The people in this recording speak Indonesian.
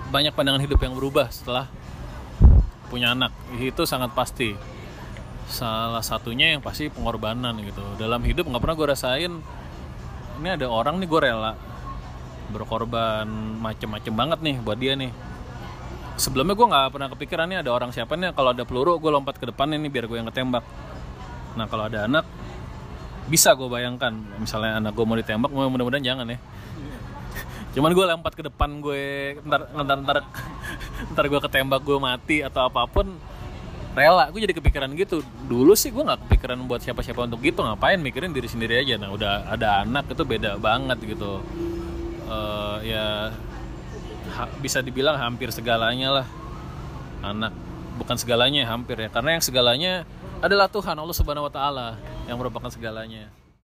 banyak pandangan hidup yang berubah setelah punya anak. Itu sangat pasti. Salah satunya yang pasti pengorbanan gitu. Dalam hidup nggak pernah gue rasain ini ada orang nih gue rela berkorban macem-macem banget nih buat dia nih. Sebelumnya gue nggak pernah kepikiran nih ada orang siapa nih kalau ada peluru gue lompat ke depan nih biar gue yang ketembak. Nah kalau ada anak bisa gue bayangkan misalnya anak gue mau ditembak, mudah-mudahan jangan ya. Cuman gue lompat ke depan gue ntar gue ketembak gue mati atau apapun rela. Gue jadi kepikiran gitu. Dulu sih gue nggak kepikiran buat siapa-siapa untuk gitu, ngapain mikirin diri sendiri aja. Nah udah ada anak itu beda banget gitu. Ya bisa dibilang hampir segalanya lah anak, bukan segalanya hampir ya, karena yang segalanya adalah Tuhan Allah Subhanahu Wa Taala yang merupakan segalanya.